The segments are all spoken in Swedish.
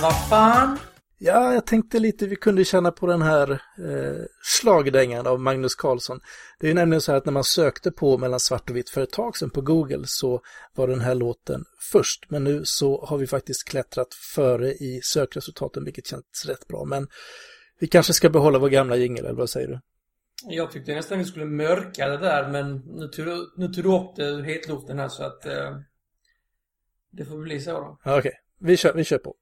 vad fan? Ja, jag tänkte lite vi kunde känna på den här slagdängan av Magnus Carlsson. Det är ju nämligen så här att när man sökte på mellan svart och vitt för ett tag sedan på Google så var den här låten först. Men nu så har vi faktiskt klättrat före i sökresultaten, vilket känns rätt bra. Men vi kanske ska behålla vår gamla jingle, eller vad säger du? Jag tyckte nästan vi skulle mörka det där, men nu tog du upp det ur hetluften här så att det får bli så då. Ja, okej. Vi kör på.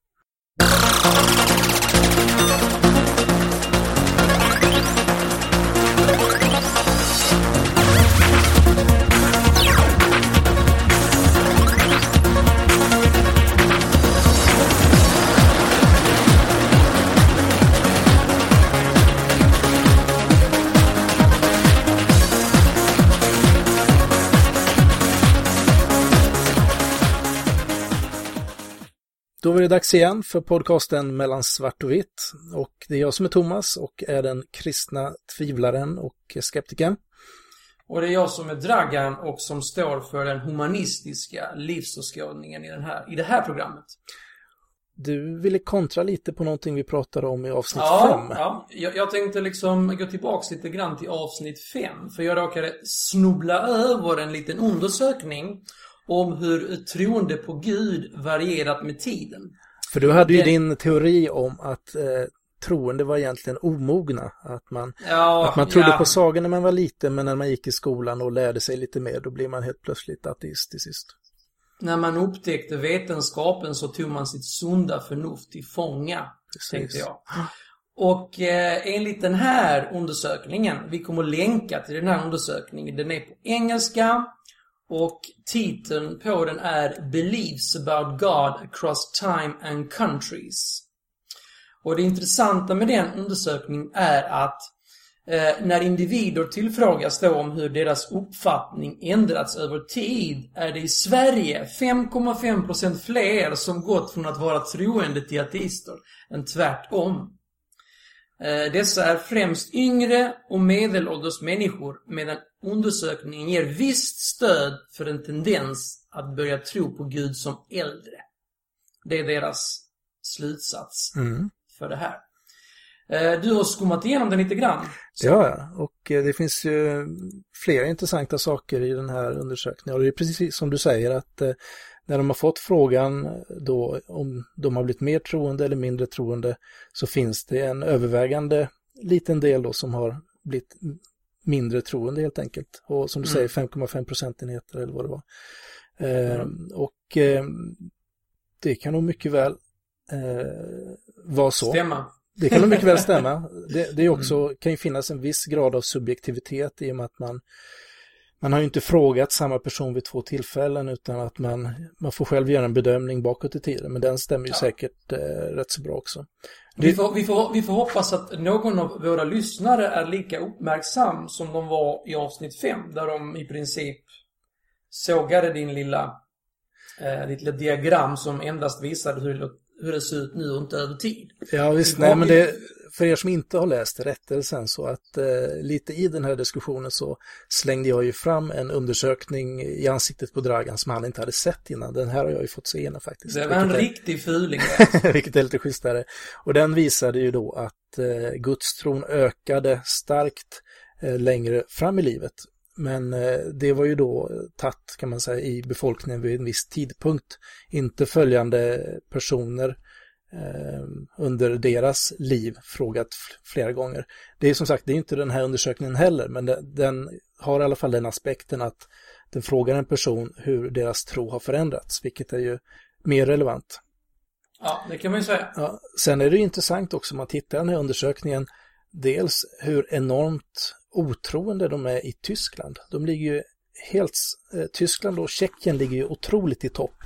Då var det dags igen för podcasten Mellan svart och vitt. Och det är jag som är Thomas och är den kristna tvivlaren och skeptikern. Och det är jag som är Dragan och som står för den humanistiska livsåskådningen i det här programmet. Du ville kontra lite på någonting vi pratade om i avsnitt 5. Ja, jag tänkte liksom gå tillbaka lite grann till avsnitt 5. För jag råkade snubbla över en liten undersökning om hur troende på Gud varierat med tiden. För du hade ju din teori om att troende var egentligen omogna. Att man trodde på sagan när man var liten, men när man gick i skolan och lärde sig lite mer, då blev man helt plötsligt ateist till sist. När man upptäckte vetenskapen så tog man sitt sunda förnuft i fånga, tänkte jag. Och enligt den här undersökningen, vi kommer att länka till den här undersökningen, den är på engelska. Och titeln på den är Beliefs about God across time and countries. Och det intressanta med den undersökningen är att när individer tillfrågas då om hur deras uppfattning ändrats över tid, är det i Sverige 5,5% fler som gått från att vara troende till ateister än tvärtom. Dessa är främst yngre och medelålders människor, medan undersökningen ger visst stöd för en tendens att börja tro på Gud som äldre. Det är deras slutsats för det här. Du har skummat igenom den lite grann. Ja, och det finns ju flera intressanta saker i den här undersökningen. Och det är precis som du säger att när de har fått frågan då om de har blivit mer troende eller mindre troende, så finns det en övervägande liten del då som har blivit mindre troende helt enkelt. Och som du säger 5,5 procentenheter eller vad det var. Och det kan nog mycket väl vara så. Stämma. Det kan nog mycket väl stämma. Det är också, kan ju finnas en viss grad av subjektivitet i och med att man har ju inte frågat samma person vid 2 tillfällen, utan att man får själv göra en bedömning bakåt i tiden. Men den stämmer ju säkert rätt så bra också. Vi får hoppas att någon av våra lyssnare är lika uppmärksam som de var i avsnitt 5. Där de i princip sågade ditt lilla diagram som endast visade hur det ser ut nu och inte över tid. Ja visst, nej, men det, för er som inte har läst rättelsen, så att lite i den här diskussionen så slängde jag ju fram en undersökning i ansiktet på Dragan som han inte hade sett innan. Den här har jag ju fått se innan faktiskt. Det var en riktig fuling. Vilket är lite schysstare. Och den visade ju då att gudstron ökade starkt längre fram i livet. Men det var ju då tatt, kan man säga, i befolkningen vid en viss tidpunkt. Inte följande personer under deras liv frågat flera gånger. Det är som sagt, det är inte den här undersökningen heller, men den har i alla fall den aspekten att den frågar en person hur deras tro har förändrats, vilket är ju mer relevant. Ja, det kan man ju säga. Ja, sen är det ju intressant också om man tittar på den här undersökningen, dels hur enormt otroende de är i Tyskland. De ligger ju Tyskland och Tjeckien ligger ju otroligt i topp.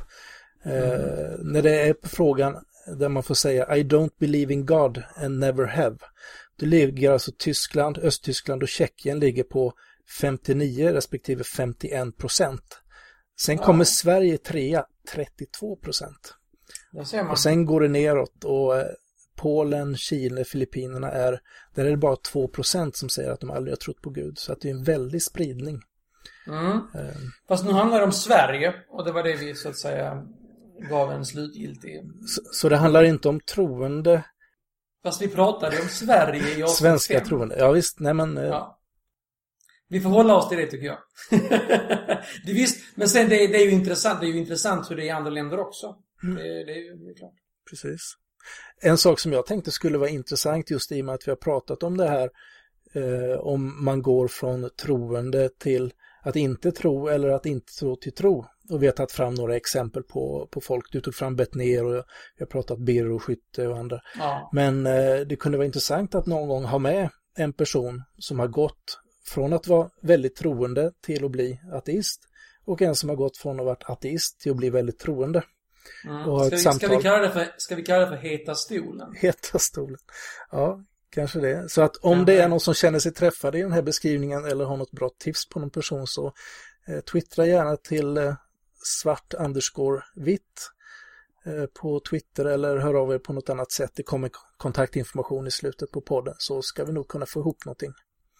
När det är på frågan där man får säga I don't believe in God and never have. Det ligger alltså Tyskland, Östtyskland och Tjeckien ligger på 59 respektive 51%. Sen kommer Sverige 3, 32%. Och sen går det neråt och Polen, Chile, Filippinerna där är det bara 2% som säger att de aldrig har trott på Gud. Så att det är en väldig spridning. Fast nu handlar det om Sverige, och det var det vi så att säga gav en slutgiltig... Så det handlar inte om troende... Fast vi pratade om Sverige i svenska troende. Ja visst, nej men... Ja. Vi får hålla oss till det tycker jag. Det visst, men sen det är ju intressant. Det är ju intressant hur det är i andra länder också. Det är ju klart. Precis. En sak som jag tänkte skulle vara intressant just i och med att vi har pratat om det här om man går från troende till att inte tro eller att inte tro till tro. Och vi har tagit fram några exempel på folk. Du tog fram Bettner och vi har pratat Birro och Skytte och andra. Ja. Men det kunde vara intressant att någon gång ha med en person som har gått från att vara väldigt troende till att bli ateist och en som har gått från att vara ateist till att bli väldigt troende. Ska vi kalla det för heta stolen? Heta stolen. Ja, kanske det. Så att om det är någon som känner sig träffad i den här beskrivningen eller har något bra tips på någon person så twittra gärna till svart_vitt på Twitter eller hör av er på något annat sätt. Det kommer kontaktinformation i slutet på podden så ska vi nog kunna få ihop någonting.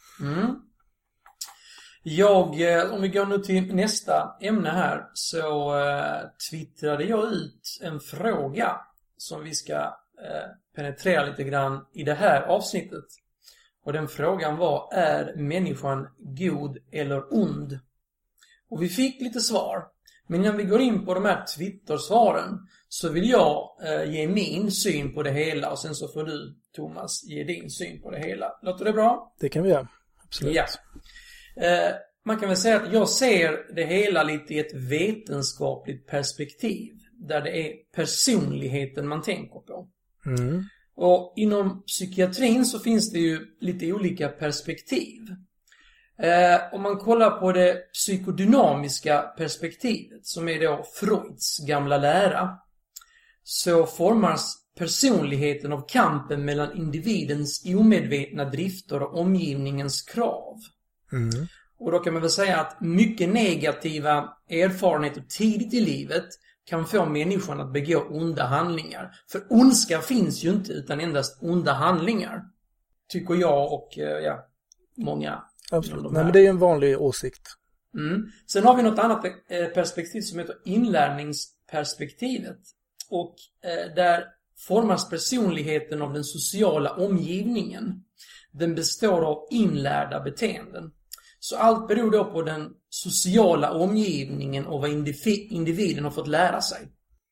Om vi går nu till nästa ämne här så twittrade jag ut en fråga som vi ska penetrera lite grann i det här avsnittet. Och den frågan var, är människan god eller ond? Och vi fick lite svar. Men när vi går in på de här Twitter-svaren så vill jag ge min syn på det hela och sen så får du, Thomas, ge din syn på det hela. Låter det bra? Det kan vi göra, absolut. Ja. Man kan väl säga att jag ser det hela lite i ett vetenskapligt perspektiv. Där det är personligheten man tänker på. Och inom psykiatrin så finns det ju lite olika perspektiv. Om man kollar på det psykodynamiska perspektivet som är då Freuds gamla lära så formas personligheten av kampen mellan individens omedvetna drifter och omgivningens krav. Och då kan man väl säga att mycket negativa erfarenheter tidigt i livet kan få människan att begå onda handlingar. För ondska finns ju inte utan endast onda handlingar. Tycker jag och många. Absolut. Nej, men det är ju en vanlig åsikt. Sen har vi något annat perspektiv som heter inlärningsperspektivet. Och där formas personligheten av den sociala omgivningen. Den består av inlärda beteenden. Så allt beror då på den sociala omgivningen och vad individen har fått lära sig.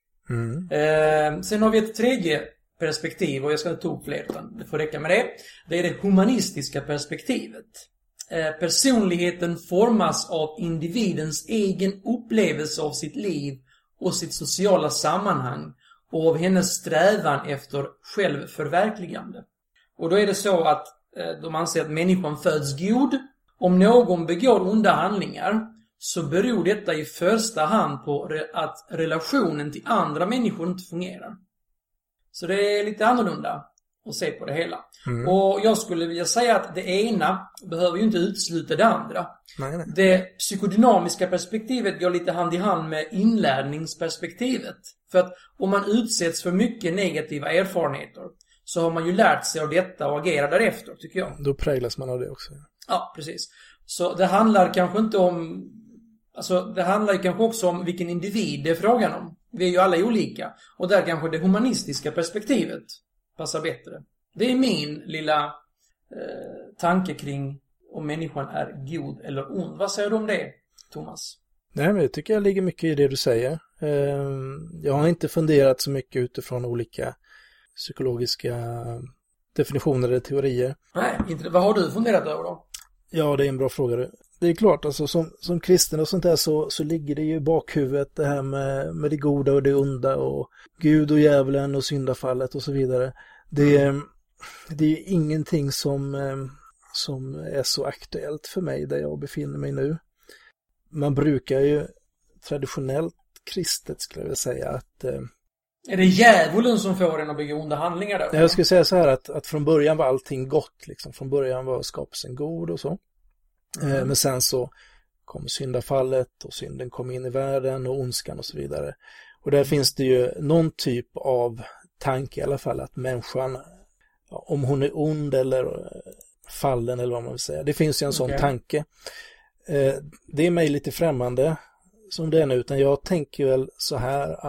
Sen har vi ett tredje perspektiv och jag ska inte ta upp fler utan det får räcka med det. Det är det humanistiska perspektivet. Personligheten formas av individens egen upplevelse av sitt liv och sitt sociala sammanhang och av hennes strävan efter självförverkligande. Och då är det så att de anser att människan föds god. Om någon begår onda handlingar så beror detta i första hand på att relationen till andra människor inte fungerar. Så det är lite annorlunda att se på det hela. Och jag skulle vilja säga att det ena behöver ju inte utesluta det andra. Nej. Det psykodynamiska perspektivet går lite hand i hand med inlärningsperspektivet. För att om man utsätts för mycket negativa erfarenheter så har man ju lärt sig av detta och agerar därefter, tycker jag. Då präglas man av det också. Ja, precis. Så det handlar kanske inte om... Alltså, det handlar ju kanske också om vilken individ det är frågan om. Vi är ju alla olika. Och där kanske det humanistiska perspektivet passar bättre. Det är min lilla tanke kring om människan är god eller ond. Vad säger du om det, Thomas? Nej, men jag tycker jag ligger mycket i det du säger. Jag har inte funderat så mycket utifrån olika psykologiska definitioner eller teorier. Nej, inte. Vad har du funderat över då? Ja, det är en bra fråga. Det är klart, alltså, som kristen och sånt där så ligger det ju i bakhuvudet det här med det goda och det onda och Gud och djävulen och syndafallet och så vidare. Det är ju ingenting som är så aktuellt för mig där jag befinner mig nu. Man brukar ju traditionellt kristet skulle jag vilja säga att... Är det djävulen som får en att begå onda handlingar då? Jag skulle säga så här att från början var allting gott. Liksom. Från början var skapelsen god och så. Men sen så kom syndafallet och synden kom in i världen och ondskan och så vidare. Och där finns det ju någon typ av tanke i alla fall att människan, om hon är ond eller fallen eller vad man vill säga. Det finns ju en sån tanke. Det är mig lite främmande som det är nu, utan jag tänker väl så här att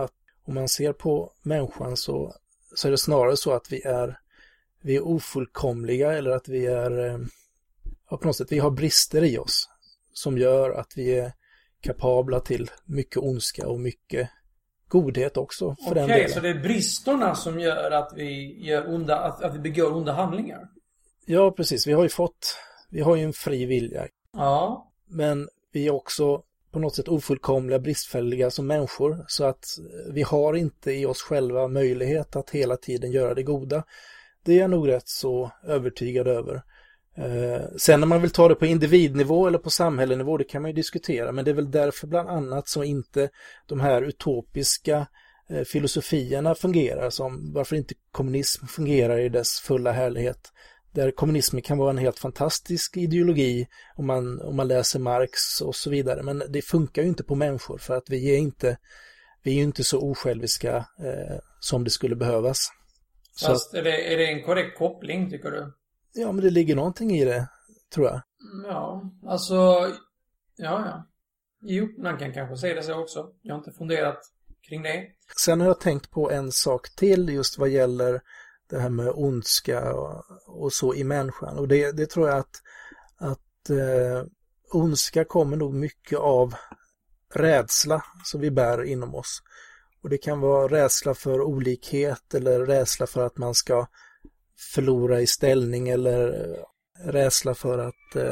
om man ser på människan så är det snarare så att vi är ofullkomliga, eller att vi är på något sätt, vi har brister i oss som gör att vi är kapabla till mycket ondska och mycket godhet också för den delen. Okej, så det är bristerna som gör att vi begår onda handlingar? Ja, precis. Vi har ju en fri vilja. Ja. Men vi är också på något sätt ofullkomliga, bristfälliga som människor, så att vi har inte i oss själva möjlighet att hela tiden göra det goda. Det är jag nog rätt så övertygad över. Sen när man vill ta det på individnivå eller på samhällenivå, det kan man ju diskutera, men det är väl därför bland annat så inte de här utopiska filosofierna fungerar, som varför inte kommunism fungerar i dess fulla härlighet. Där kommunismen kan vara en helt fantastisk ideologi om man läser Marx och så vidare, men det funkar ju inte på människor, för att vi är ju inte så osjälviska som det skulle behövas. Fast är det en korrekt koppling, tycker du? Ja, men det ligger någonting i det, tror jag. Ja, alltså, ja. Jo, man kan kanske säga det så också. Jag har inte funderat kring det. Sen har jag tänkt på en sak till just vad gäller det här med ondska och så i människan. Och det tror jag att ondska kommer nog mycket av rädsla som vi bär inom oss. Och det kan vara rädsla för olikhet, eller rädsla för att man ska förlora i ställning, eller rädsla för att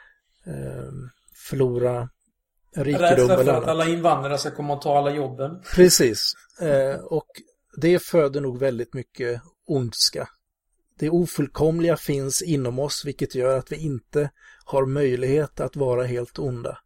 förlora rikedom. Rädsla för att alla invandrare ska komma och ta alla jobben. Precis. Och det föder nog väldigt mycket ondska. Det ofullkomliga finns inom oss, vilket gör att vi inte har möjlighet att vara helt onda.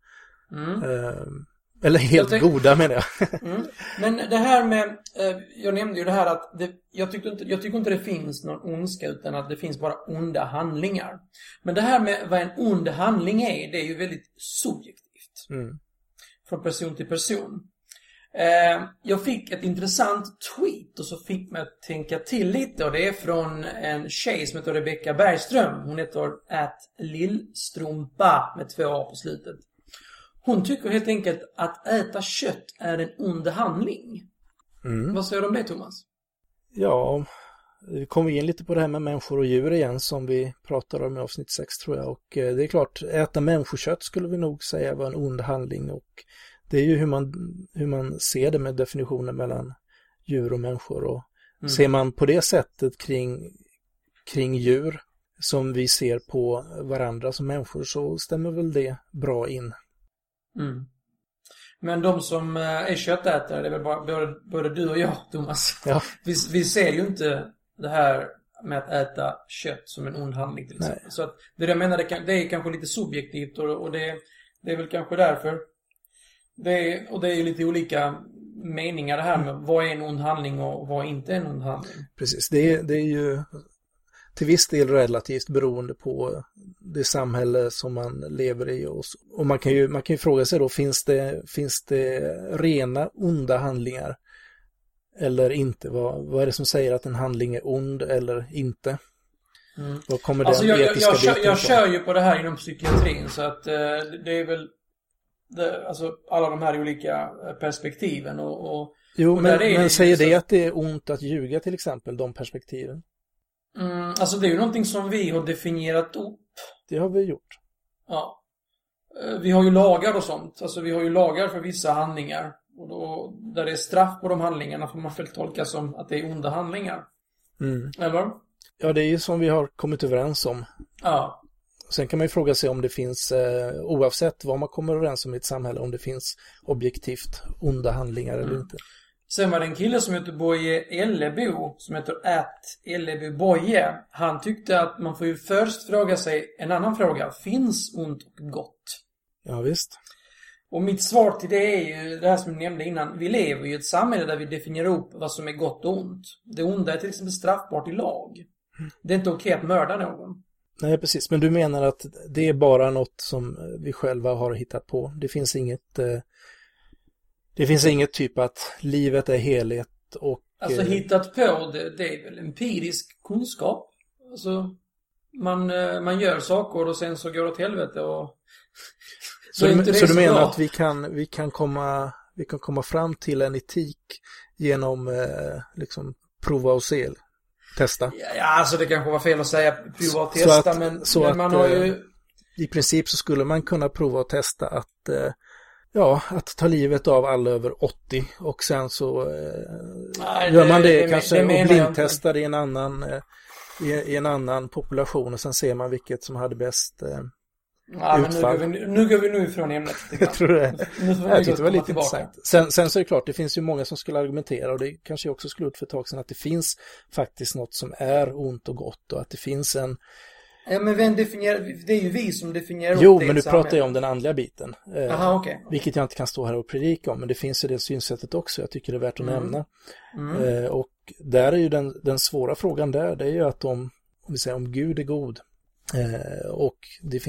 Eller helt goda, menar jag. Men det här med, jag nämnde ju det här att jag tycker inte det finns någon ondska, utan att det finns bara onda handlingar. Men det här med vad en ond handling är, det är ju väldigt subjektivt. Från person till person. Jag fick ett intressant tweet och så fick mig att tänka till lite, och det är från en tjej som heter Rebecca Bergström. Hon heter @lillstrumpa med 2 A på slutet. Hon tycker helt enkelt att äta kött är en ond handling. Vad säger du om det, Thomas? Ja, vi kommer in lite på det här med människor och djur igen, som vi pratade om i avsnitt 6, tror jag. Och det är klart, äta människokött skulle vi nog säga var en ond handling, och det är ju hur man ser det med definitionen mellan djur och människor. Och ser man på det sättet kring djur som vi ser på varandra som människor, så stämmer väl det bra in. Men de som är köttätare, det är väl bara både du och jag, Thomas. Ja. Vi ser ju inte det här med att äta kött som en ond handling till exempel. Nej. Så att det jag menar, det är kanske lite subjektivt, och det är väl kanske därför. Det är ju lite olika meningar det här med vad är en ond handling och vad är inte en ond handling. Precis, det är ju till viss del relativt beroende på det samhälle som man lever i. Och man kan ju fråga sig då, finns det rena onda handlingar eller inte? Vad är det som säger att en handling är ond eller inte? Vad kommer alltså jag kör ju på det här inom psykiatrin, så att det är väl alltså alla de här olika perspektiven men säger det att det är ont att ljuga, till exempel, de perspektiven? Alltså det är ju någonting som vi har definierat upp. Det har vi gjort. Ja. Vi har ju lagar och sånt. Alltså vi har ju lagar för vissa handlingar. Och då, där det är straff på de handlingarna, får man väl tolka som att det är onda handlingar. Eller? Ja, det är ju som vi har kommit överens om. Ja. Sen kan man ju fråga sig om det finns, oavsett vad man kommer överens om i ett samhälle, om det finns objektivt onda handlingar eller inte. Sen var det en kille som heter Boje Ellebo, som heter @Elleboboje. Han tyckte att man får ju först fråga sig en annan fråga. Finns ont och gott? Ja, visst. Och mitt svar till det är ju det här som jag nämnde innan. Vi lever i ett samhälle där vi definierar upp vad som är gott och ont. Det onda är till exempel straffbart i lag. Det är inte okej att mörda någon. Nej, precis. Men du menar att det är bara något som vi själva har hittat på. Det finns inget typ att livet är heligt och... Alltså hittat på, det är väl empirisk kunskap. Alltså man gör saker och sen så går det åt helvete och... Så du menar att vi kan komma fram till en etik genom liksom prova och se, testa. Ja, alltså det kanske var fel att säga prova och testa, men man har ju... I princip så skulle man kunna prova och testa att ta livet av alla över 80 och sen så gör man det kanske och blindtestar i en annan population och sen ser man vilket som hade bäst utfall. Men nu går vi ifrån ämnet. Jag tror det. Jag tyckte det var lite intressant. Sen så är det klart, det finns ju många som skulle argumentera, och det kanske jag också skulle ut för ett tag sedan, att det finns faktiskt något som är ont och gott och att det finns en... Ja, men vem definierar? Det är ju vi som definierar upp det. Jo, men nu pratar jag om den andliga biten. Aha, okay. Vilket jag inte kan stå här och predika om, men det finns ju det synsättet också. Jag tycker det är värt att nämna. Och där är ju den svåra frågan där, det är ju att om Gud är god och det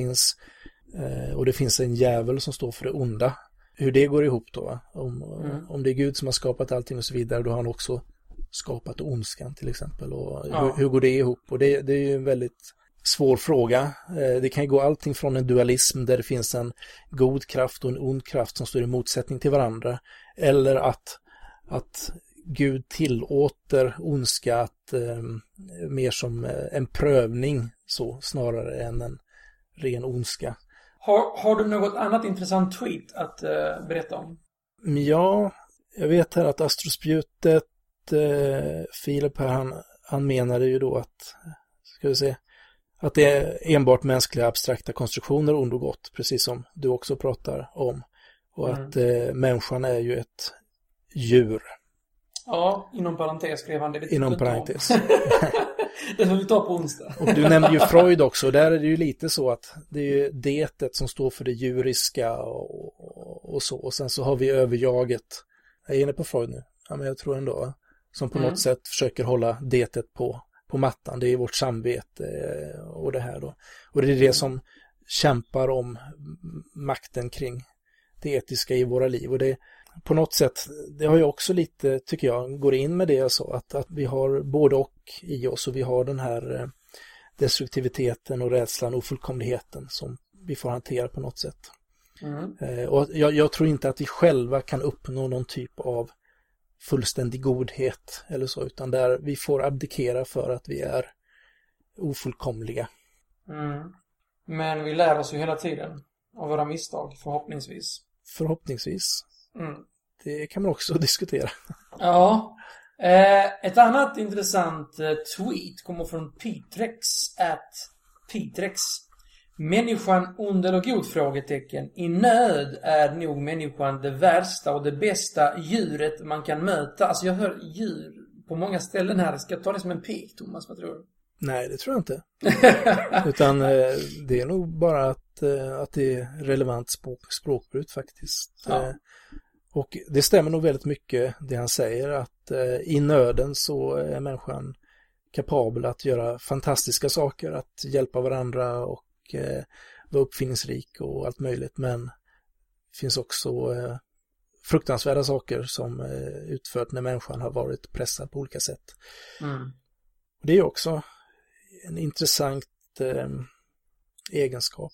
finns en djävul som står för det onda, hur det går ihop då, va? Om det är Gud som har skapat allting och så vidare, då har han också skapat ondskan till exempel, och hur går det ihop? Och det är ju en väldigt svår fråga. Det kan ju gå allting från en dualism där det finns en god kraft och en ond kraft som står i motsättning till varandra, eller att Gud tillåter ondska att mer som en prövning så, snarare än en ren ondska. Har du något annat intressant tweet att berätta om? Ja, jag vet här att Astrospjutet Filip här, han menade ju då att, ska vi se, att det är enbart mänskliga abstrakta konstruktioner, ond och gott, precis som du också pratar om. Och att människan är ju ett djur. Ja, inom parentes skrev han det. Inom parentes. Det får vi ta på onsdag. Och du nämnde ju Freud också. Där är det ju lite så att det är ju detet som står för det djuriska och så. Och sen så har vi överjaget. Jag är inne på Freud nu. Ja, men jag tror ändå. Som på något sätt försöker hålla detet på mattan. Det är vårt samvete och det här då. Och det är det som kämpar om makten kring det etiska i våra liv. Och det på något sätt, det har ju också lite, tycker jag, går in med det jag sa, att vi har både och i oss, och vi har den här destruktiviteten och rädslan och fullkomligheten som vi får hantera på något sätt. Och jag tror inte att vi själva kan uppnå någon typ av fullständig godhet eller så, utan där vi får abdikera för att vi är ofullkomliga. Men vi lär oss ju hela tiden av våra misstag, förhoppningsvis. Förhoppningsvis. Det kan man också diskutera. Ja. Ett annat intressant tweet kommer från Pitrex @Pitrex. Människan ond eller god? Frågetecken. I nöd är nog människan det värsta och det bästa djuret man kan möta. Alltså jag hör djur på många ställen här. Ska jag ta det som en pik, Thomas? Vad tror du? Nej, det tror jag inte. Utan det är nog bara att det är relevant språkbruk faktiskt. Ja. Och det stämmer nog väldigt mycket det han säger, att i nöden så är människan kapabel att göra fantastiska saker, att hjälpa varandra och vara uppfinningsrik och allt möjligt. Men det finns också fruktansvärda saker som utfört när människan har varit pressad på olika sätt. Och det är också en intressant egenskap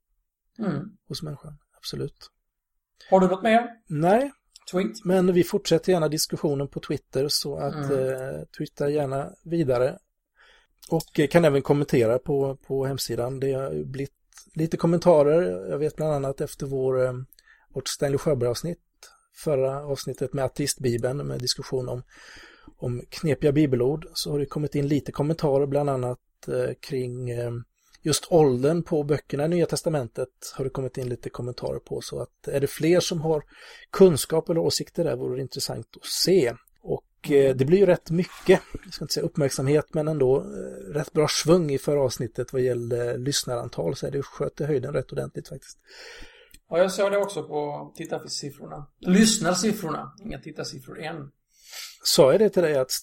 hos människan, absolut. Har du något mer? Nej, tweet? Men vi fortsätter gärna diskussionen på Twitter, så att twittra gärna vidare. Och kan även kommentera på hemsidan. Det har blivit lite kommentarer. Jag vet bland annat efter vårt Stanley Sjöberg-avsnitt, förra avsnittet med ateistbibeln, med diskussion om knepiga bibelord, så har det kommit in lite kommentarer, bland annat kring just åldern på böckerna i Nya Testamentet har det kommit in lite kommentarer på. Så att är det fler som har kunskap eller åsikter där, vore det intressant att se. Och det blir ju rätt mycket, jag ska inte säga uppmärksamhet, men ändå rätt bra svung i förra avsnittet vad gäller lyssnarantal, så är det sköt i höjden rätt ordentligt faktiskt. Ja, jag såg det också på tittarsiffrorna. Lyssnarsiffrorna, inga tittarsiffror än. Sa jag det till dig att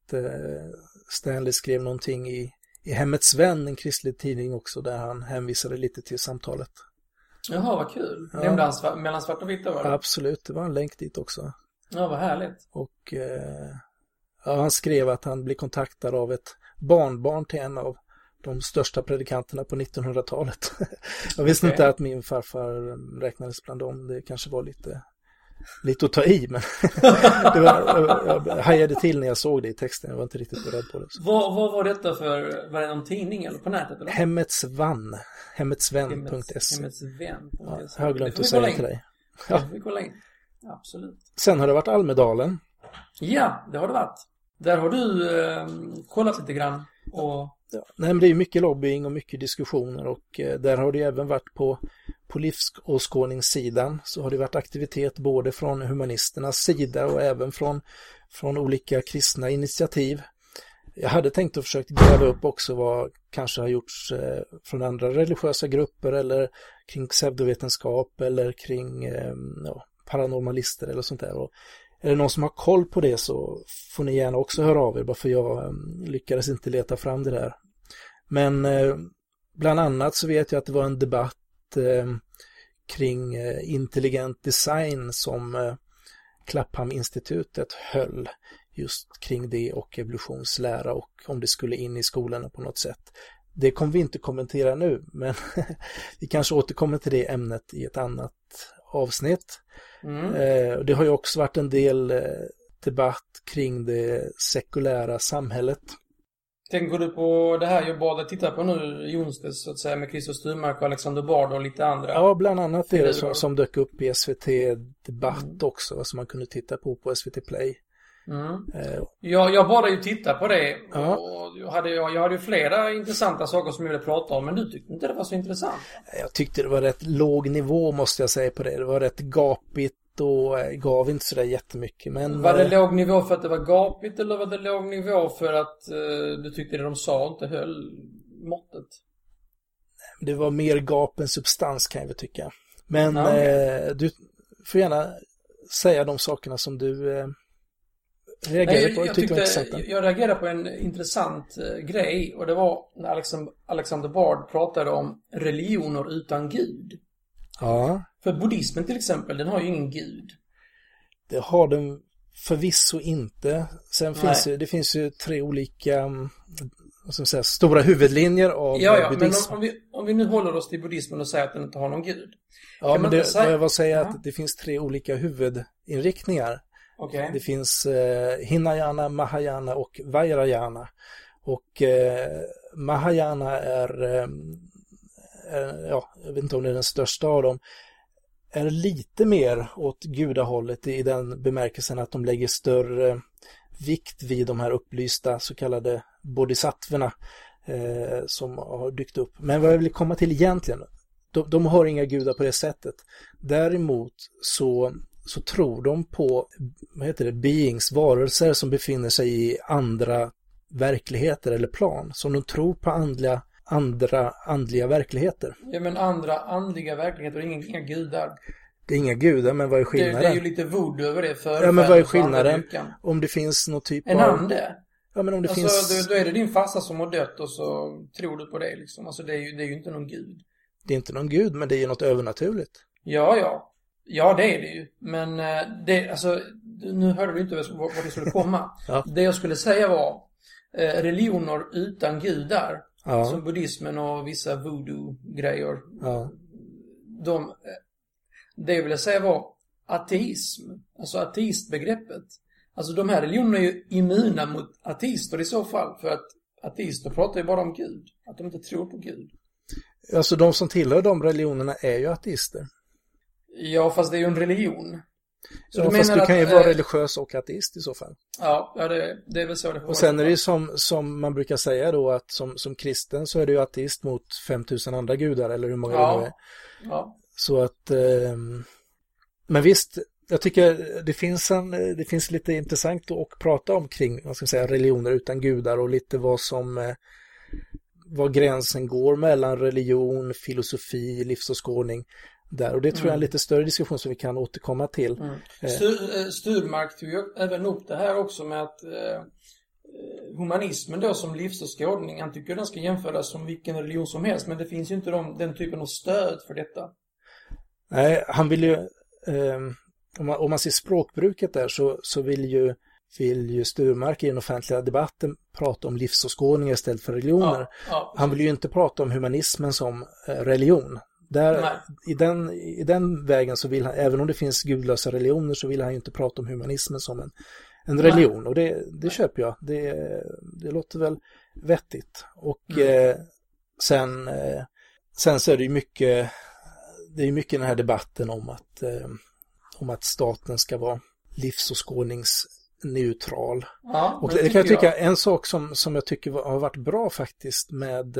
Stanley skrev någonting i Hemmets Vän, en kristlig tidning också, där han hänvisade lite till samtalet. Jaha, vad kul. Ja. Nämnde han mellan svart och vitt då, var det? Absolut, det var en länk dit också. Ja, vad härligt. Och han skrev att han blev kontaktad av ett barnbarn till en av de största predikanterna på 1900-talet. Jag visste inte att min farfar räknades bland dem. Det kanske var lite att ta i, men jag hajade till när jag såg det i texten. Jag var inte riktigt beredd på det. Vad var detta för, var det någon tidning eller på nätet? Eller? Hemmetsvän.se. Hemmetsvän.se. Ja, jag har glömt att säga till dig. Ja, vi kollar in. Absolut. Sen har det varit Almedalen. Ja, det har det varit. Där har du kollat lite grann. Och... Ja, nej, men det är ju mycket lobbying och mycket diskussioner, och där har det även varit på livsåskådningssidan, så har det varit aktivitet både från humanisternas sida och även från olika kristna initiativ. Jag hade tänkt att försöka gräva upp också vad kanske har gjorts från andra religiösa grupper eller kring pseudovetenskap eller kring paranormalister eller sånt där. Och är det någon som har koll på det så får ni gärna också höra av er, bara för jag lyckades inte leta fram det där. Men bland annat så vet jag att det var en debatt kring intelligent design som Clapham-institutet höll just kring det och evolutionslära och om det skulle in i skolorna på något sätt. Det kommer vi inte kommentera nu, men vi kanske återkommer till det ämnet i ett annat avsnitt. Det har ju också varit en del debatt kring det sekulära samhället. Tänker du på det här jag bad titta på nu i onsdags så att säga med Christer Sturmark och Alexander Bard och lite andra? Ja, bland annat det som dök upp i SVT Debatt också, som man kunde titta på SVT Play. Jag bara ju titta på det och jag hade ju flera intressanta saker som jag ville prata om, men du tyckte inte det var så intressant? Jag tyckte det var rätt låg nivå, måste jag säga, på det. Det var rätt gapigt och gav inte så där jättemycket. Men var det låg nivå för att det var gapigt eller var det låg nivå för att du tyckte det de sa inte höll måttet? Det var mer gap än substans, kan jag väl tycka. Men du får gärna säga de sakerna som du reagerade på. Jag reagerade på en intressant grej, och det var när Alexander Bard pratade om religioner utan Gud. Ja. För buddhismen till exempel, den har ju ingen Gud. Det har den förvisso inte. Sen finns ju tre olika stora huvudlinjer av buddhism. Men om vi nu håller oss till buddhismen och säger att den inte har någon Gud. Ja, men jag vill säga att det finns tre olika huvudinriktningar. Okay. Det finns Hinayana, Mahayana och Vajrayana. Och Mahayana är jag vet inte om det är den största av dem, är lite mer åt gudahållet i den bemärkelsen att de lägger större vikt vid de här upplysta så kallade bodhisattvorna som har dykt upp. Men vad jag vill komma till egentligen, de har inga gudar på det sättet. Däremot så tror de på beings, varelser som befinner sig i andra verkligheter eller plan. Så de tror på andra andliga verkligheter. Ja, men andra andliga verkligheter och inga gudar. Det är inga gudar, men vad är skillnaden? Det är ju lite voodoo över det. Ja, men vad är skillnaden? Om det finns någon typ en ande? Ja, men om det finns... Då är det din farsa som har dött och så tror du på det liksom. Alltså det är ju inte någon gud. Det är inte någon gud, men det är ju något övernaturligt. Ja, det är det ju. Men nu hörde du inte vad det skulle komma. Ja. Det jag skulle säga var religioner utan gudar. Ja. Som buddhismen och vissa voodoo-grejer. Ja. Det jag ville säga var ateism. Alltså ateistbegreppet. Alltså de här religionerna är ju immuna mot ateister i så fall. För att ateister pratar ju bara om Gud. Att de inte tror på Gud. Alltså de som tillhör de religionerna är ju ateister. Ja, fast det är ju en religion. Så fast du kan ju vara religiös och ateist i så fall. Ja, det är väl så det får. Och sen är det ju som man brukar säga då, att som kristen så är du ju ateist mot 5000 andra gudar, eller hur många det nu är. Ja. Så att men visst, jag tycker det finns lite intressant att prata om kring, vad ska jag säga, religioner utan gudar och lite var gränsen går mellan religion, filosofi, livsåskådning där. Och det tror jag är en lite större diskussion som vi kan återkomma till. Sturmark tog ju även upp det här också med att humanismen då som livsåskådning, han tycker den ska jämföras som vilken religion som helst, men det finns ju inte den typen av stöd för detta. Nej, han vill ju om man ser språkbruket där så vill ju Sturmark i den offentliga debatten prata om livsåskådningar istället för religioner. Ja, han vill ju inte prata om humanismen som religion. I den vägen så vill han, även om det finns gudlösa religioner, så vill han ju inte prata om humanismen som en religion. Och det köper jag. Det låter väl vettigt. Och sen så är det ju mycket den här debatten om att staten ska vara livsåskådningsneutral. Ja, och det kan jag tycka en sak som jag tycker har varit bra faktiskt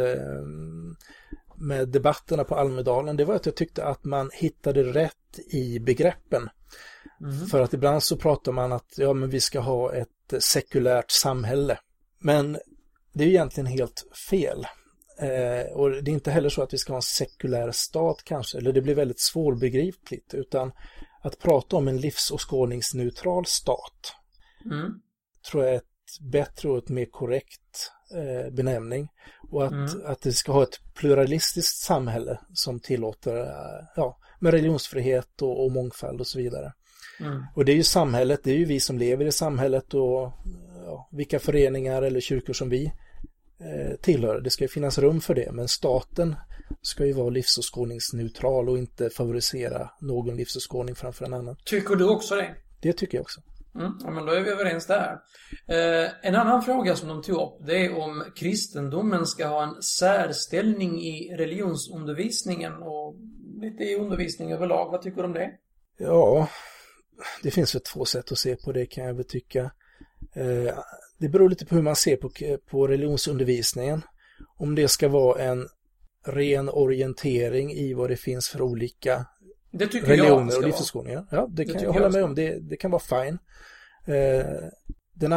med debatterna på Almedalen, det var att jag tyckte att man hittade rätt i begreppen. För att ibland så pratar man att men vi ska ha ett sekulärt samhälle. Men det är egentligen helt fel. Och det är inte heller så att vi ska ha en sekulär stat kanske, eller det blir väldigt svårbegripligt, utan att prata om en livsåskådningsneutral stat tror jag är ett bättre och ett mer korrekt benämning. Och att det ska ha ett pluralistiskt samhälle som tillåter med religionsfrihet och mångfald och så vidare. Och det är ju samhället, det är ju vi som lever i samhället och vilka föreningar eller kyrkor som vi tillhör. Det ska ju finnas rum för det, men staten ska ju vara livsåskådningsneutral och inte favorisera någon livsåskådning framför en annan. Tycker du också det? Det tycker jag också. Ja, men då är vi överens där. En annan fråga som de tog upp, det är om kristendomen ska ha en särställning i religionsundervisningen och lite i undervisning överlag. Vad tycker du om det? Ja, det finns väl två sätt att se på det, kan jag väl tycka. Det beror lite på hur man ser på religionsundervisningen. Om det ska vara en ren orientering i vad det finns för olika religioner och livsåskådningar. Ja, det kan jag hålla med om. Det kan vara fine. Den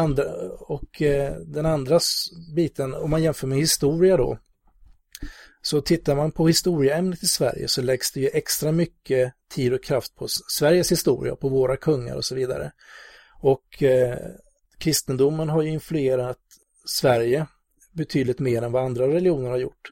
andra biten, om man jämför med historia då, så tittar man på historieämnet i Sverige så läggs det ju extra mycket tid och kraft på Sveriges historia, på våra kungar och så vidare. Och kristendomen har ju influerat Sverige betydligt mer än vad andra religioner har gjort.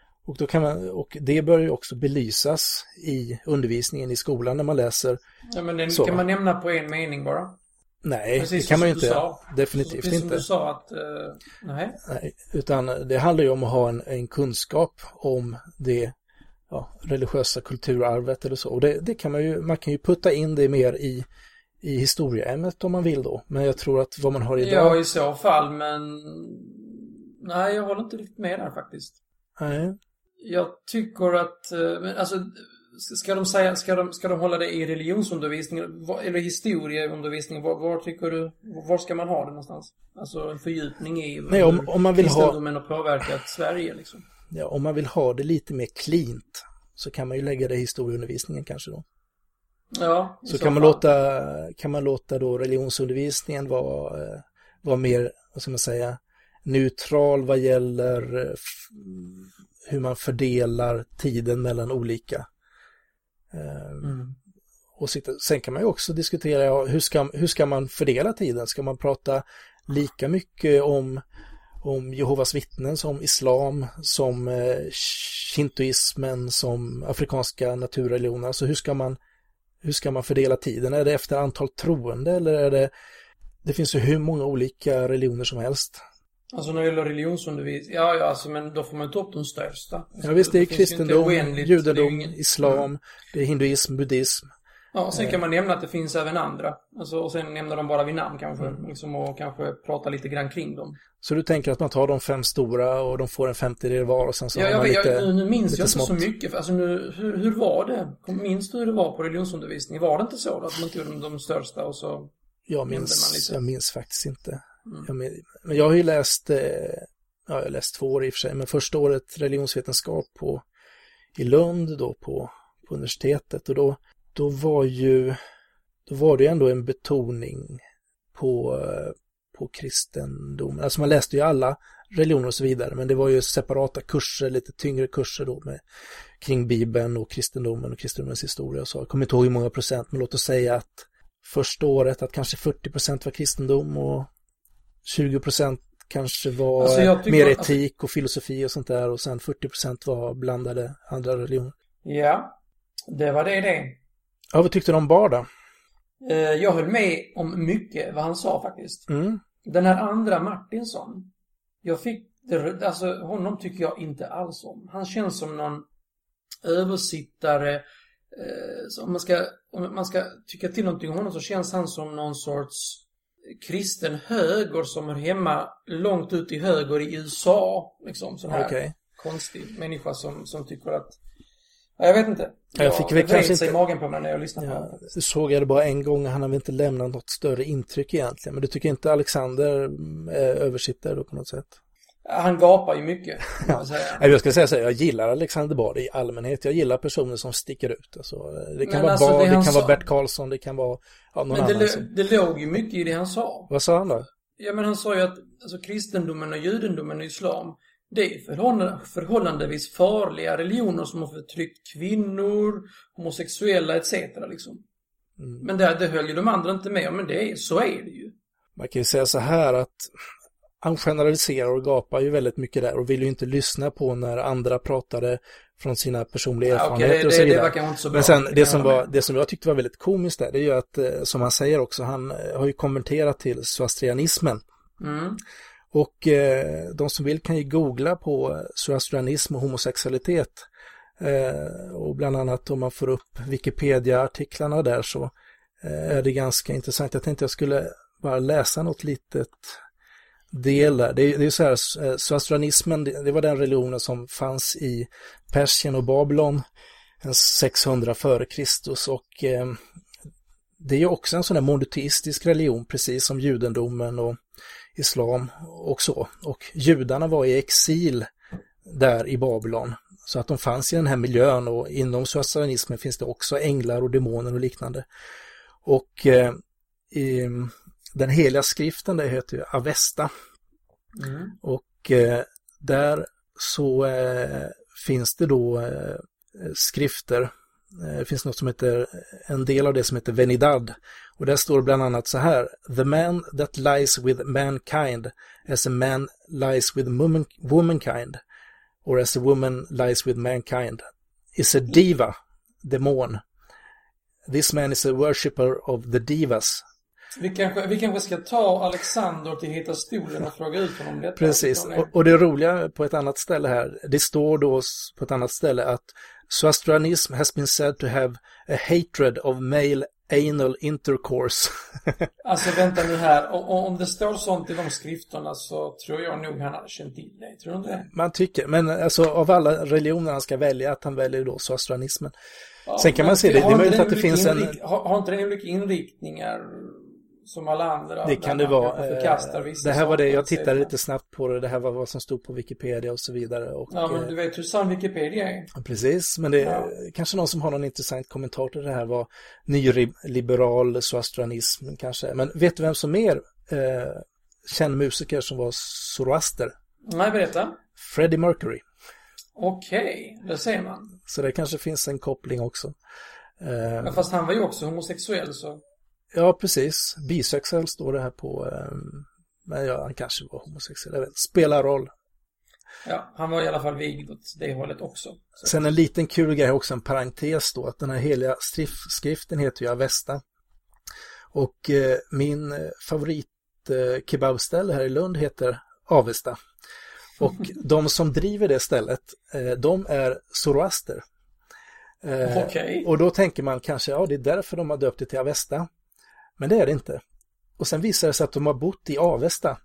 Och det bör ju också belysas i undervisningen i skolan när man läser. Ja, men den kan man nämna på en mening bara. Nej, precis, det kan man ju inte. Definitivt precis inte. Som du sa att, nej, utan det handlar ju om att ha en kunskap om det religiösa kulturarvet eller så. Och det kan man kan ju putta in det mer i historieämnet om man vill då. Men jag tror att vad man har idag... Ja, i så fall, men nej, jag håller inte riktigt med där faktiskt. Nej. Jag tycker att, alltså, ska de hålla det i religionsundervisning eller historieundervisning? Var tycker du, var ska man ha det någonstans? Alltså en fördjupning i om man vill kristendomen och påverkat Sverige liksom. Ja, om man vill ha det lite mer cleant så kan man ju lägga det i historieundervisningen kanske då. Ja, så kan man låta då religionsundervisningen vara mer, vad ska man säga, neutral vad gäller hur man fördelar tiden mellan olika. Och sen kan man ju också diskutera hur ska man fördela tiden? Ska man prata lika mycket om Jehovas vittnen som islam, som shintoismen, som afrikanska naturreligioner? Så hur ska man fördela tiden? Är det efter antal troende eller är det finns ju hur många olika religioner som helst. Alltså när det gäller religionsundervisning, alltså, men då får man ta upp de största. Ja visst, det är kristendom, judendom, islam, det är hinduism, buddhism. Ja, och sen kan man nämna att det finns även andra. Alltså, och sen nämna dem bara vid namn kanske. Liksom, och kanske prata lite grann kring dem. Så du tänker att man tar de 5 stora och de får en 50 var och sen så har man lite nu minns lite jag inte smått. Så mycket. Alltså nu, hur var det? Minns du hur det var på religionsundervisning? Var det inte så att man tog de största och så... Jag minns faktiskt inte. Men jag har ju läst, jag har läst 2 år i och för sig, men första året religionsvetenskap i Lund då på universitetet, och då var det ändå en betoning på kristendomen. Alltså man läste ju alla religioner och så vidare, men det var ju separata kurser, lite tyngre kurser då kring Bibeln och kristendomens historia och så. Jag kommer inte ihåg hur många procent, men låt oss säga att första året att kanske 40% var kristendom och 20% kanske var mer etik och filosofi och sånt där, och sen 40% var blandade andra religioner. Ja, det var det. Ja, vad tyckte du om Bar då? Jag höll med om mycket vad han sa faktiskt. Den här andra Martinsson, honom tycker jag inte alls om. Han känns som någon översittare. Så om man ska tycka till någonting om honom så känns han som någon sorts kristen höger som är hemma långt ut i höger i USA. Liksom sån här konstig människa som tycker att... Jag vet inte. Jag fick väl kanske inte i magen på mig när jag lyssnade på honom. Du såg jag det bara en gång. Han har väl inte lämnat något större intryck egentligen. Men du tycker inte Alexander översitter då på något sätt? Han gapar ju mycket. Jag ska säga så här, jag gillar Alexander Bard i allmänhet. Jag gillar personer som sticker ut. Alltså, det kan vara Bard, det kan vara Bert Karlsson, det kan vara någon annan. Det låg ju mycket i det han sa. Vad sa han då? Ja, men han sa ju att alltså, kristendomen och judendomen och islam, det är förhållandevis farliga religioner som har förtryckt kvinnor, homosexuella etc. Liksom. Men det höll ju de andra inte med om, men så är det ju. Man kan ju säga så här att han generaliserar och gapar ju väldigt mycket där och vill ju inte lyssna på när andra pratade från sina personliga erfarenheter och så vidare. Det var kanske inte så bra. Men sen det som jag tyckte var väldigt komiskt där, det är ju att, som han säger också, han har ju kommenterat till zoroastrianismen. Och de som vill kan ju googla på zoroastrianism och homosexualitet. Och bland annat om man får upp Wikipedia-artiklarna där så är det ganska intressant. Jag tänkte jag skulle bara läsa något litet del där. Det är ju så här, zoroastrianismen, det var den religionen som fanns i Persien och Babylon 600 före Kristus och det är ju också en sån där monoteistisk religion precis som judendomen och islam och så. Och judarna var i exil där i Babylon så att de fanns i den här miljön och inom zoroastrianismen finns det också änglar och demoner och liknande. Och i den heliga skriften, det heter ju Avesta. Och där så finns det då skrifter. Det finns något som heter, en del av det som heter Venidad. Och där står bland annat så här: The man that lies with mankind as a man lies with womankind or as a woman lies with mankind is a diva, demon. This man is a worshipper of the divas. Vi kanske ska ta Alexander till Heta stolen och fråga ut honom detta. Precis, och det roliga på ett annat ställe här, det står då på ett annat ställe att Zoroastrianism has been said to have a hatred of male anal intercourse. Alltså vänta nu här, om det står sånt i de skrifterna så tror jag nog han har känt till det, tror du inte det? Man tycker, men alltså av alla religioner han ska välja, att han väljer då Zoroastrianismen. Ja, sen kan man se det är möjligt att det finns har inte den olika inriktningar som alla andra? Det kan det vara. Det här var det, jag tittade lite snabbt på det. Det här var vad som stod på Wikipedia och så vidare. Och, ja, men du vet hur sann Wikipedia är. Precis, men det är kanske någon som har någon intressant kommentar till det här. Var nyliberal zoroastrianism kanske. Men vet du vem som är känd musiker som var zoroaster? Nej, berätta. Freddie Mercury. Okej, det ser man. Så det kanske finns en koppling också. Ja, fast han var ju också homosexuell så... Ja, precis. Bisexuell står det här på. Men ja, han kanske var homosexuell. Jag vet, spelar roll. Ja, han var i alla fall vigd åt det hållet också. Så. Sen en liten kul grej också, en parentes då. Att den här heliga skriften heter ju Avesta. Och min favorit kebabställe här i Lund heter Avesta. Och de som driver det stället, de är zoroaster. Okay. Och då tänker man kanske, ja det är därför de har döpt det till Avesta. Men det är det inte. Och sen visar det sig att de har bott i Avesta.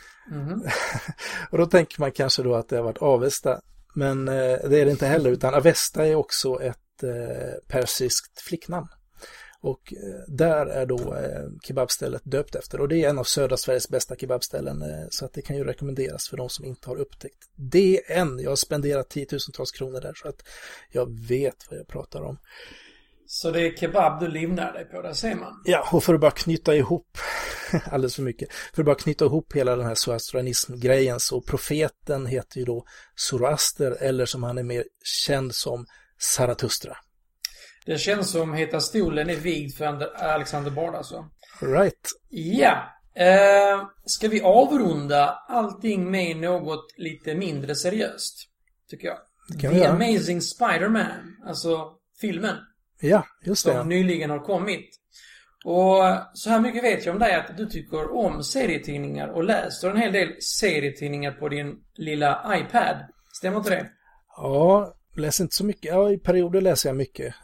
Och då tänker man kanske då att det har varit Avesta. Men det är det inte heller, utan Avesta är också ett persiskt flicknamn. Och där är då kebabstället döpt efter. Och det är en av södra Sveriges bästa kebabställen. Så att det kan ju rekommenderas för de som inte har upptäckt det än. Jag har spenderat 10 000-tals kronor där så att jag vet vad jag pratar om. Så det är kebab du livnar dig på, där ser man. Ja, och för att bara knyta ihop alldeles för mycket. För att bara knyta ihop hela den här zoroastrianism-grejen så profeten heter ju då Zoroaster eller som han är mer känd som Zarathustra. Det känns som Heta stolen är vigd för Alexander Bard alltså. Right. Ja. Ska vi avrunda allting med något lite mindre seriöst, tycker jag. The Amazing Spider-Man, alltså filmen. Ja, just det. Som nyligen har kommit. Och så här mycket vet jag om dig att du tycker om serietidningar och läser en hel del serietidningar på din lilla iPad. Stämmer inte det? Ja, läser inte så mycket. Ja, i perioder läser jag mycket.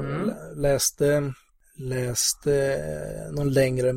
Läste någon längre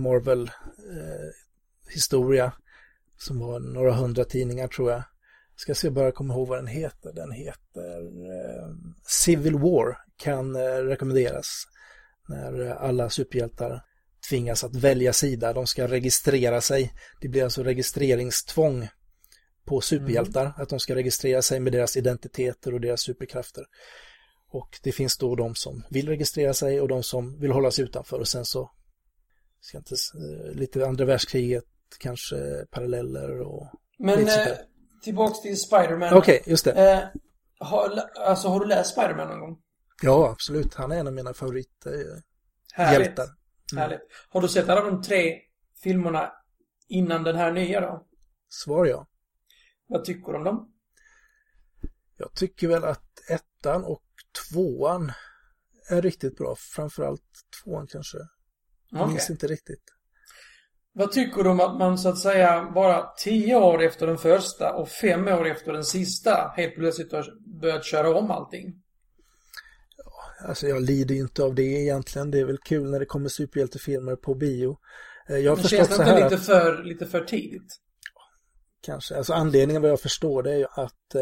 Marvel-historia som var några 100 tidningar tror jag. Ska se bara komma ihåg vad den heter. Den heter Civil War, kan rekommenderas när alla superhjältar tvingas att välja sida. De ska registrera sig. Det blir alltså registreringstvång på superhjältar. Att de ska registrera sig med deras identiteter och deras superkrafter. Och det finns då de som vill registrera sig och de som vill hålla sig utanför. Och sen så ska inte, lite andra världskriget, kanske paralleller och... Men tillbaks till Spider-Man. Okej, just det. Har du läst Spider-Man någon gång? Ja, absolut. Han är en av mina favorithjältar. Härligt. Har du sett alla de 3 filmerna innan den här nya då? Svar ja. Vad tycker du om dem? Jag tycker väl att 1:an och 2:an är riktigt bra. Framförallt 2:an kanske. Jag minns inte riktigt. Vad tycker du om att man så att säga bara 10 år efter den första och 5 år efter den sista helt plötsligt har börjat köra om allting? Alltså jag lider ju inte av det egentligen. Det är väl kul när det kommer superhjältefilmer på bio. Jag har men förstått känns så här lite för tidigt? Kanske. Alltså anledningen vad jag förstår det är ju att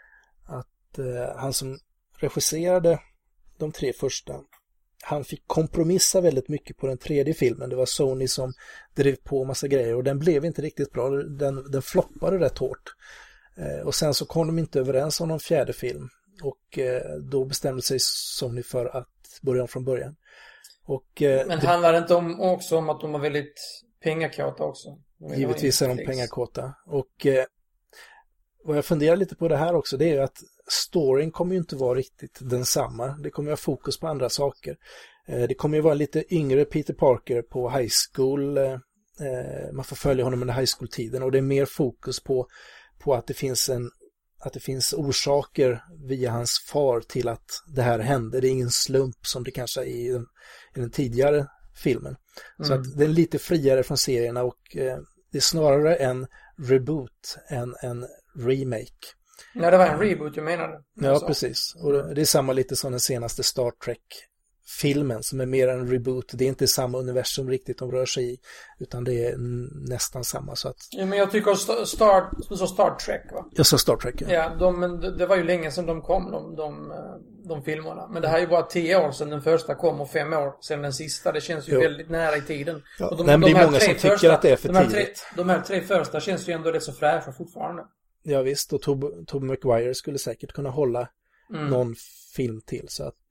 han som regisserade de 3 första, han fick kompromissa väldigt mycket på den 3:e filmen. Det var Sony som drev på massa grejer och den blev inte riktigt bra. Den floppade rätt hårt. Och sen så kom de inte överens om någon 4:e film. Och då bestämde sig Sony för att börja om från början. Men handlar det inte också om att de var väldigt pengakåta också? Givetvis är de pengakåta. Och vad jag funderar lite på det här också, det är ju att storyn kommer ju inte vara riktigt densamma. Det kommer ju ha fokus på andra saker. Det kommer ju vara lite yngre Peter Parker på high school. Man får följa honom under high school-tiden och det är mer fokus på att det finns orsaker via hans far till att det här hände. Det är ingen slump som det kanske är i den tidigare filmen. Så att det är lite friare från serierna och det är snarare en reboot än en remake. Nej, det var en reboot jag menade. Ja, precis. Och det är samma lite som den senaste Star Trek-filmen som är mer en reboot. Det är inte samma universum riktigt de rör sig i, utan det är nästan samma. Så att... Ja, men jag tycker Star Trek, va? Jag sa Star Trek, ja. Ja, men det var ju länge sedan de kom, de filmerna. Men det här är ju bara 10 år sedan den första kom och 5 år sedan den sista. Det känns ju väldigt nära i tiden. Ja, och det är många som tycker att det är för tidigt. De här 3 första känns ju ändå rätt så fräscha fortfarande. Ja visst, och Tobey Maguire skulle säkert kunna hålla någon film till. Så att,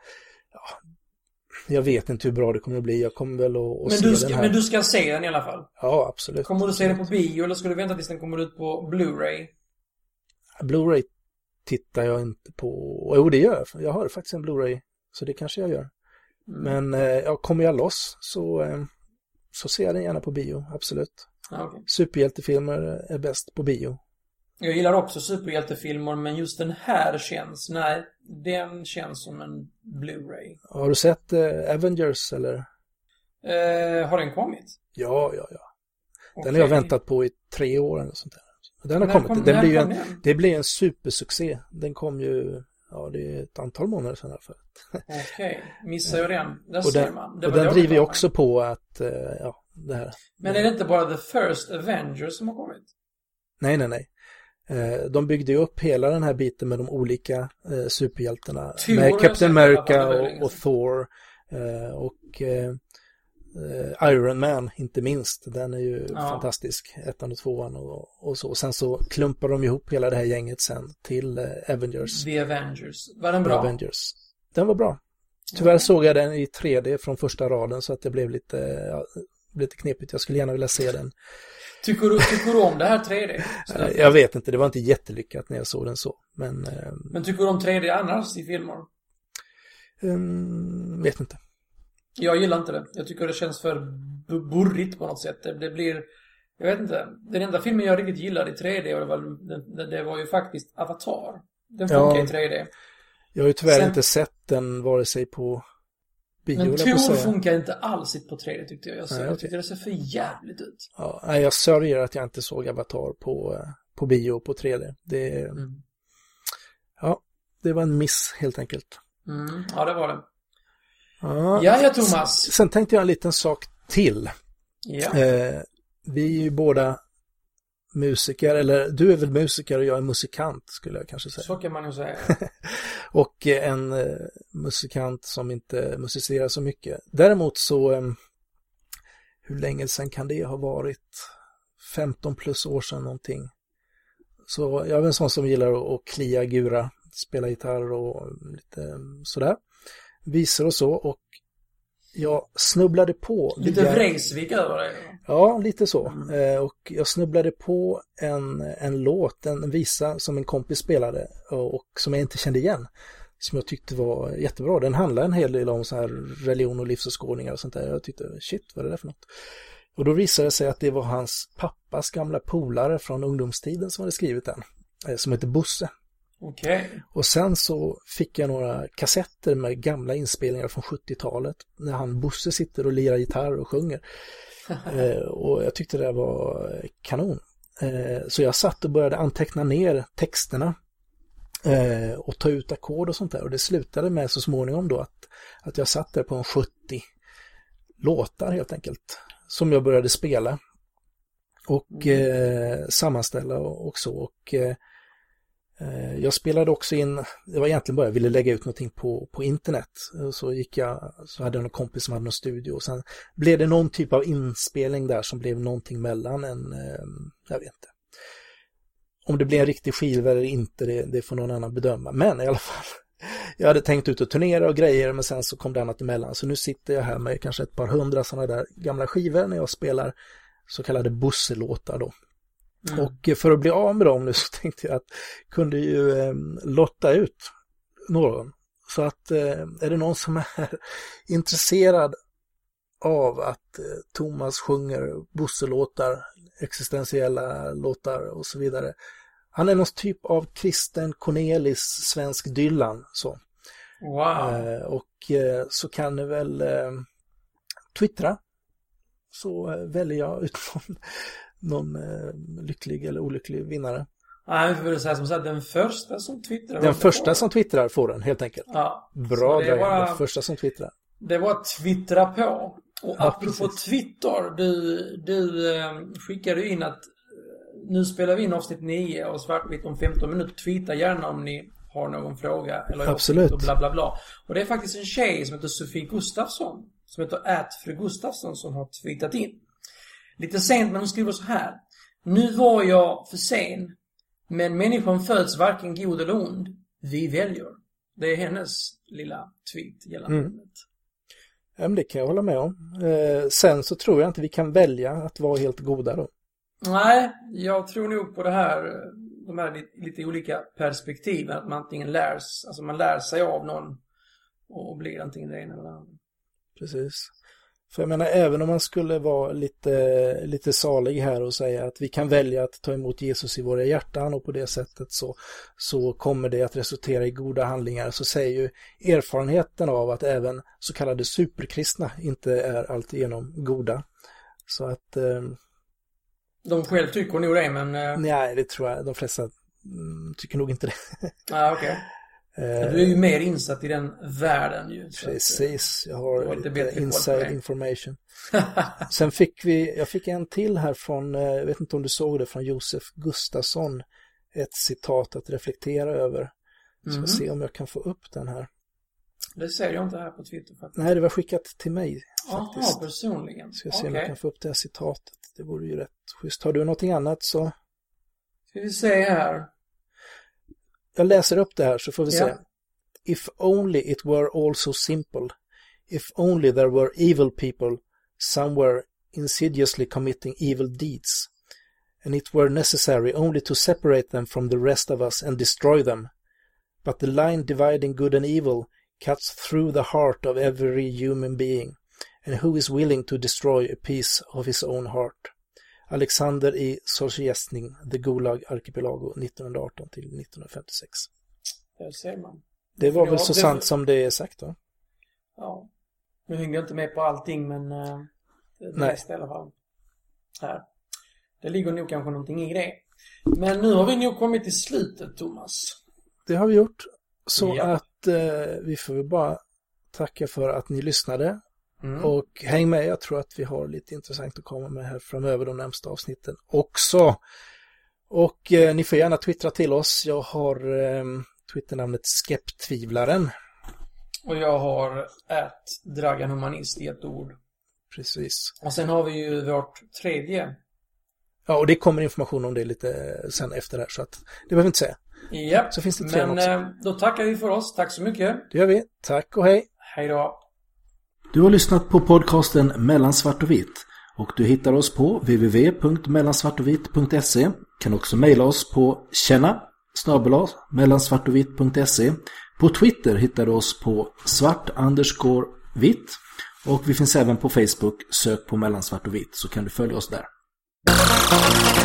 jag vet inte hur bra det kommer att bli. Jag kommer väl att se den här. Men du ska se den i alla fall? Ja, absolut. Kommer du se den på bio eller ska du vänta tills den kommer ut på Blu-ray? Blu-ray tittar jag inte på. Jo, det gör jag. Jag har faktiskt en Blu-ray, så det kanske jag gör. Men kommer jag loss så ser jag den gärna på bio, absolut. Okay. Superhjältefilmer är bäst på bio. Jag gillar också superhjältefilmer, men just den här den känns som en Blu-ray. Har du sett Avengers eller? Har den kommit? Ja. Okay. Den har jag väntat på i 3 år eller sånt där. Den har kommit. Det blir en supersuccé. Den kom ju, det är ett antal månader sedan i alla fall. Okej, missar jag den. Den ser man. Och den driver ju också på att, det här. Men är det inte bara The First Avengers som har kommit? Nej. De byggde ju upp hela den här biten med de olika superhjältarna. Thor, med Captain America och Thor och Iron Man inte minst. Den är ju fantastisk, 1:an och 2:an och så. Sen så klumpar de ihop hela det här gänget sen till Avengers. The Avengers. Var den bra? Avengers. Den var bra. Tyvärr såg jag den i 3D från första raden så att det blev lite knepigt. Jag skulle gärna vilja se den. Tycker du om det här 3D? Jag vet inte, det var inte jättelyckat när jag såg den så. Men tycker du om 3D annars i filmer? Vet inte. Jag gillar inte det. Jag tycker det känns för burrigt på något sätt. Det blir, jag vet inte. Den enda filmen jag riktigt gillade i 3D det var ju faktiskt Avatar. Den funkar i 3D. Jag har ju tyvärr inte sett den vare sig på bio. Men Thor funkar inte alls på 3D tyckte jag. Jag tyckte det ser för jävligt ut. Ja, jag sörjer att jag inte såg Avatar på bio på 3D. det var en miss helt enkelt. Ja, det var det. Ja, Thomas. Sen tänkte jag en liten sak till. Ja. Vi är ju båda musiker, eller du är väl musiker och jag är musikant skulle jag kanske säga. Så kan man ju säga. Och en musikant som inte musicerar så mycket. Däremot så, hur länge sedan kan det ha varit? 15 plus år sedan någonting. Så jag är en sån som gillar att klia gura, spela gitarr och lite sådär. Visor och så, och jag snubblade på... Lite Vreeswijk över det. Ja, lite så. Och jag snubblade på en låt, en visa som en kompis spelade och som jag inte kände igen. Som jag tyckte var jättebra. Den handlar en hel del om så här religion och livsåskådningar och sånt där. Jag tyckte, shit, vad är det där för något? Och då visade det sig att det var hans pappas gamla polare från ungdomstiden som hade skrivit den. Som heter Bosse. Okay. Och sen så fick jag några kassetter med gamla inspelningar från 70-talet när han Bosse sitter och lirar gitarr och sjunger. Och jag tyckte det var kanon. Så jag satt och började anteckna ner texterna och ta ut ackord och sånt där. Och det slutade med så småningom då att jag satt där på en 70 låtar helt enkelt som jag började spela och sammanställa och så. Och jag spelade också in, det var egentligen bara jag ville lägga ut någonting på internet. Så hade jag en kompis som hade någon studio och sen blev det någon typ av inspelning där som blev någonting mellan jag vet inte. Om det blir en riktig skiva eller inte, det får någon annan bedöma. Men i alla fall, jag hade tänkt ut att turnera och grejer, men sen så kom det annat emellan. Så nu sitter jag här med kanske ett par 100 sådana där gamla skivor när jag spelar så kallade busselåtar då. Och för att bli av med dem nu så tänkte jag att kunde ju lotta ut någon. Så att är det någon som är intresserad av att Thomas sjunger busselåtar, existentiella låtar och så vidare. Han är någon typ av kristen Cornelis, svensk Dylan. Så. Wow. Och så kan ni väl twittra. Så väljer jag ut någon lycklig eller olycklig vinnare. Nej, vi vill säga som sagt, den första som twittrar. Den första som twittrar får den helt enkelt. Ja. Bra, den första som twittrar. Det var att twittra på. Och ja, apropå Twitter, du skickade in att nu spelar vi in avsnitt 9 och svartvitt om 15 minuter. Twittra gärna om ni har någon fråga eller absolut. Och bla bla bla. Och det är faktiskt en tjej som heter Sofie Gustafsson, som heter @fru Gustafsson, som har twittrat in. Lite sent, men hon skriver så här: nu var jag för sen, men människan föds varken god eller ond. Vi väljer. Det är hennes lilla tweet gällande ämnet. Ja, men det kan jag hålla med om. Sen så tror jag inte vi kan välja att vara helt goda då. Nej, jag tror nog på det här, de här lite olika perspektiven, att man antingen man lär sig av någon och blir antingen det ena eller det andra. Precis. För jag menar, även om man skulle vara lite salig här och säga att vi kan välja att ta emot Jesus i våra hjärtan och på det sättet så kommer det att resultera i goda handlingar, så säger ju erfarenheten av att även så kallade superkristna inte är alltigenom goda. Så att... de själv tycker nog det, men... Nej, det tror jag. De flesta tycker nog inte det. Ah, okej. Du är ju mer insatt i den världen ju. Precis, jag har lite inside information. Sen jag fick en till här från, jag vet inte om du såg det, från Josef Gustafsson. Ett citat att reflektera över. Ska se om jag kan få upp den här. Det ser jag inte här på Twitter faktiskt. Nej, det var skickat till mig faktiskt. Jaha, personligen. Ska jag se om jag kan få upp det här citatet. Det vore ju rätt schysst. Har du någonting annat så... Ska vi se här. Jag läser upp det här så får vi se. If only it were all so simple. If only there were evil people somewhere insidiously committing evil deeds. And it were necessary only to separate them from the rest of us and destroy them. But the line dividing good and evil cuts through the heart of every human being. And who is willing to destroy a piece of his own heart? Alexander i Solzhenitsyn, The Gulag Archipelago 1918 till 1956. Där ser man. Det var väl så sant som det är sagt va? Ja. Nu hänger jag inte med på allting, men det mesta i alla fall. Här. Det ligger nog kanske någonting i det. Men nu har vi nog kommit till slutet, Thomas. Det har vi gjort. Så att vi får väl bara tacka för att ni lyssnade. Och häng med, jag tror att vi har lite intressant att komma med här framöver de närmsta avsnitten också. Och ni får gärna twittra till oss. Jag har Twitternamnet Skeptvivlaren. Och jag har @draganhumanist i ett ord. Precis. Och sen har vi ju vårt tredje. Ja, och det kommer information om det lite sen efter det här, så att det behöver vi inte säga. Ja, så finns det tre också. Då tackar vi för oss. Tack så mycket. Det gör vi. Tack och hej. Hej då. Du har lyssnat på podcasten Mellan svart och vitt. Och du hittar oss på www.mellansvartovitt.se. Kan också mejla oss på tjena@mellansvartovitt.se. På Twitter hittar du oss på svart_vitt. Och vi finns även på Facebook. Sök på Mellansvart och vitt så kan du följa oss där.